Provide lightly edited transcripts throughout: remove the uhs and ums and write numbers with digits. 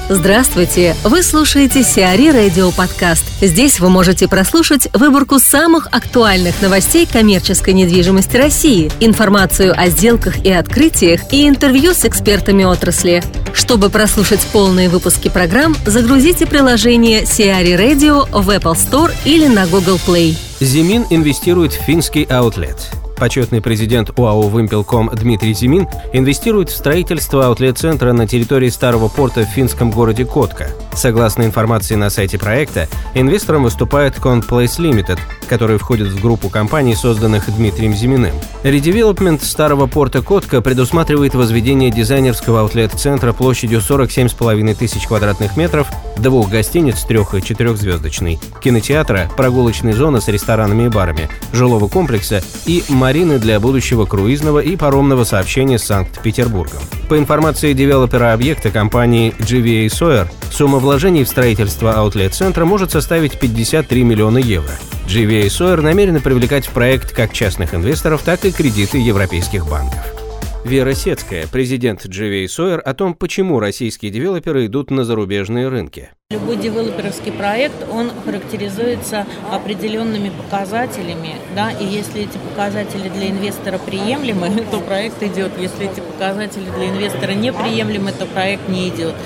Здравствуйте! Вы слушаете Сиари Радио Подкаст. Здесь вы можете прослушать выборку самых актуальных новостей коммерческой недвижимости России, информацию о сделках и открытиях и интервью с экспертами отрасли. Чтобы прослушать полные выпуски программ, загрузите приложение Сиари Radio в Apple Store или на Google Play. Зимин инвестирует в финский аутлет. Почетный президент ОАО «Вымпелком» Дмитрий Зимин инвестирует в строительство аутлет-центра на территории старого порта в финском городе Котка. Согласно информации на сайте проекта, инвестором выступает Conplace Limited, который входит в группу компаний, созданных Дмитрием Зиминым. Редевелопмент старого порта Котка предусматривает возведение дизайнерского аутлет-центра площадью 47,5 тысяч квадратных метров, 2 гостиниц 3- и 4-звездочной, кинотеатра, прогулочной зоны с ресторанами и барами, жилого комплекса и марины для будущего круизного и паромного сообщения с Санкт-Петербургом. По информации девелопера объекта компании GVA Sawyer, сумма вложений в строительство аутлет-центра может составить 53 миллиона евро. GVA Sawyer намерены привлекать в проект как частных инвесторов, так и кредиты европейских банков. Вера Сецкая, президент GVA Sawyer, о том, почему российские девелоперы идут на зарубежные рынки. Любой девелоперский проект, он характеризуется определенными показателями, да, и если эти показатели для инвестора приемлемы, то проект идет. Если эти показатели для инвестора неприемлемы, то проект не идет.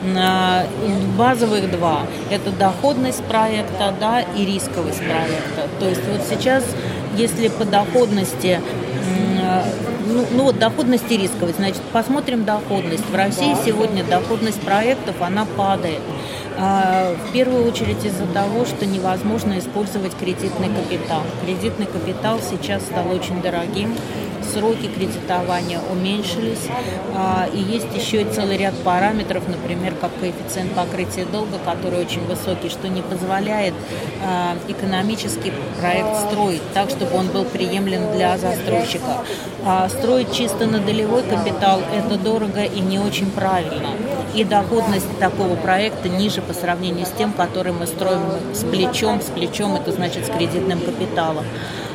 Базовых два – это доходность проекта, да, и рисковость проекта. То есть вот сейчас, если по доходности, доходность и рисковость, значит, посмотрим доходность. В России сегодня доходность проектов, она падает. В первую очередь из-за того, что невозможно использовать кредитный капитал. Кредитный капитал сейчас стал очень дорогим, сроки кредитования уменьшились, и есть еще и целый ряд параметров, например, как коэффициент покрытия долга, который очень высокий, что не позволяет экономически проект строить так, чтобы он был приемлем для застройщика. Строить чисто на долевой капитал – это дорого и не очень правильно. И доходность такого проекта ниже по сравнению с тем, который мы строим с плечом. С плечом – это значит с кредитным капиталом.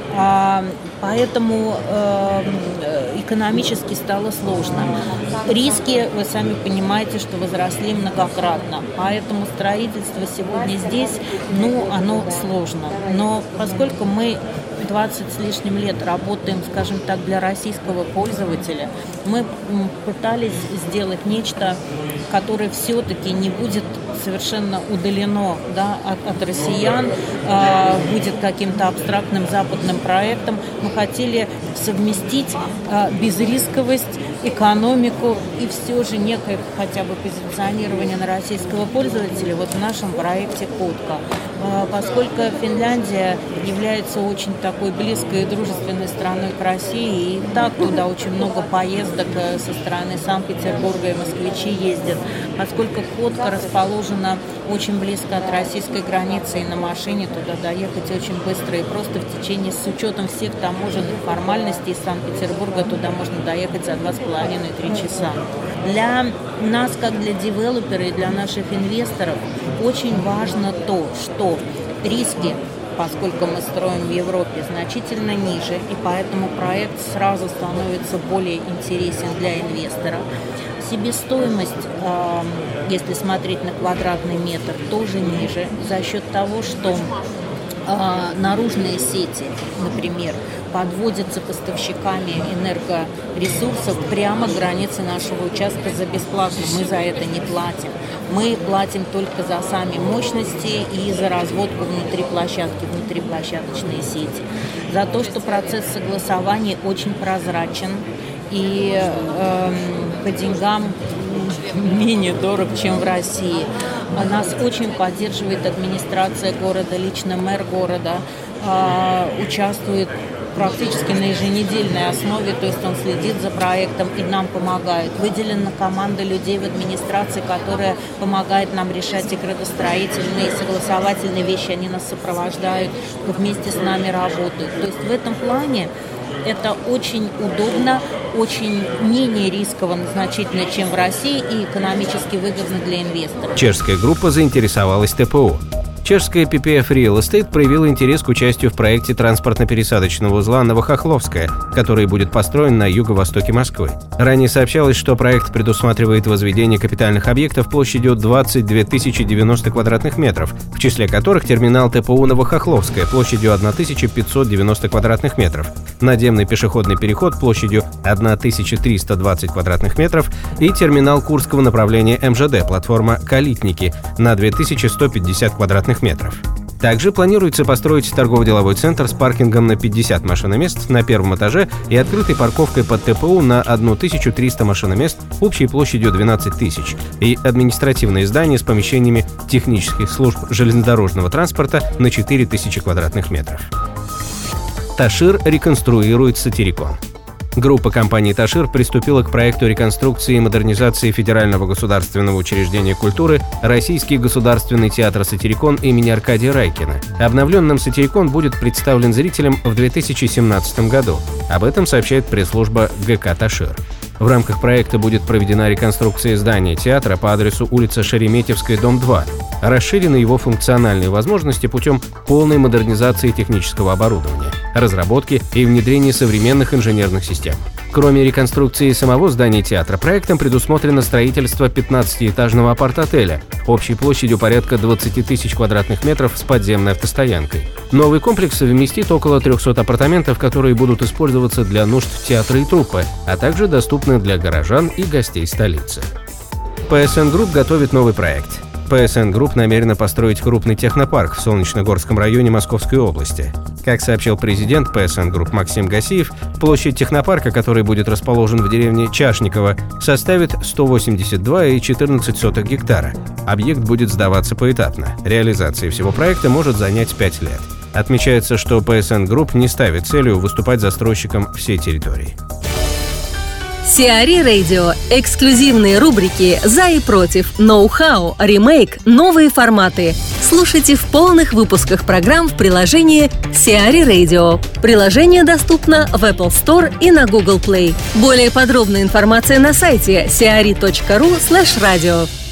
Поэтому экономически стало сложно. Риски, вы сами понимаете, что возросли многократно. Поэтому строительство сегодня здесь, оно сложно. Но поскольку мы 20 с лишним лет работаем, скажем так, для российского пользователя, мы пытались сделать нечто, которое все-таки не будет совершенно удалено, да, от россиян, будет каким-то абстрактным западным проектом. Мы хотели совместить безрисковость, экономику и все же некое хотя бы позиционирование на российского пользователя вот в нашем проекте «Котка». Поскольку Финляндия является очень такой близкой и дружественной страной к России, и так туда очень много поездок со стороны Санкт-Петербурга, и москвичи ездят. Поскольку Котка расположена очень близко от российской границы, и на машине туда доехать очень быстро и просто в течение, с учетом всех таможенных формальностей из Санкт-Петербурга туда можно доехать за 2,5-3 часа. Для нас, как для девелопера и для наших инвесторов, очень важно то, что риски, поскольку мы строим в Европе, значительно ниже, и поэтому проект сразу становится более интересен для инвестора. Себестоимость, если смотреть на квадратный метр, тоже ниже за счет того, что наружные сети, например, подводятся поставщиками энергоресурсов прямо к границе нашего участка за бесплатно. Мы за это не платим. Мы платим только за сами мощности и за разводку внутри площадки, внутриплощадочные сети. За то, что процесс согласования очень прозрачен и по деньгам менее дорог, чем в России. Нас очень поддерживает администрация города, лично мэр города участвует практически на еженедельной основе, то есть он следит за проектом и нам помогает. Выделена команда людей в администрации, которая помогает нам решать и градостроительные, и согласовательные вещи, они нас сопровождают, вместе с нами работают. То есть в этом плане это очень удобно, очень менее рискованно значительно, чем в России, и экономически выгодно для инвесторов. Чешская группа заинтересовалась ТПО. Чешская PPF Real Estate проявила интерес к участию в проекте транспортно-пересадочного узла Новохохловская, который будет построен на юго-востоке Москвы. Ранее сообщалось, что проект предусматривает возведение капитальных объектов площадью 22 090 квадратных метров, в числе которых терминал ТПУ Новохохловская площадью 1590 квадратных метров, надземный пешеходный переход площадью 1320 квадратных метров и терминал Курского направления МЖД, платформа «Калитники» на 2150 квадратных метров. Также планируется построить торгово-деловой центр с паркингом на 50 машиномест на первом этаже и открытой парковкой под ТПУ на 1300 машиномест общей площадью 12 тысяч и административные здания с помещениями технических служб железнодорожного транспорта на 4000 квадратных метров. Ташир реконструирует сатирикон. Группа компаний «Ташир» приступила к проекту реконструкции и модернизации Федерального государственного учреждения культуры «Российский государственный театр «Сатирикон» имени Аркадия Райкина». Обновленным «Сатирикон» будет представлен зрителям в 2017 году. Об этом сообщает пресс-служба ГК «Ташир». В рамках проекта будет проведена реконструкция здания театра по адресу улица Шереметьевская, дом 2. Расширены его функциональные возможности путем полной модернизации технического оборудования, разработки и внедрения современных инженерных систем. Кроме реконструкции самого здания театра, проектом предусмотрено строительство 15-этажного апарт-отеля общей площадью порядка 20 тысяч квадратных метров с подземной автостоянкой. Новый комплекс совместит около 300 апартаментов, которые будут использоваться для нужд театра и труппы, а также доступны для горожан и гостей столицы. PSN Group готовит новый проект. PSN Group намерена построить крупный технопарк в Солнечногорском районе Московской области. Как сообщил президент PSN Group Максим Гасиев, площадь технопарка, который будет расположен в деревне Чашниково, составит 182,14 гектара. Объект будет сдаваться поэтапно. Реализация всего проекта может занять 5 лет. Отмечается, что PSN Group не ставит целью выступать застройщиком всей территории. Сиари Радио. Эксклюзивные рубрики «За и против», «Ноу-хау», «Ремейк», «Новые форматы». Слушайте в полных выпусках программ в приложении Сиари Radio. Приложение доступно в Apple Store и на Google Play. Более подробная информация на сайте siari.ru/radio.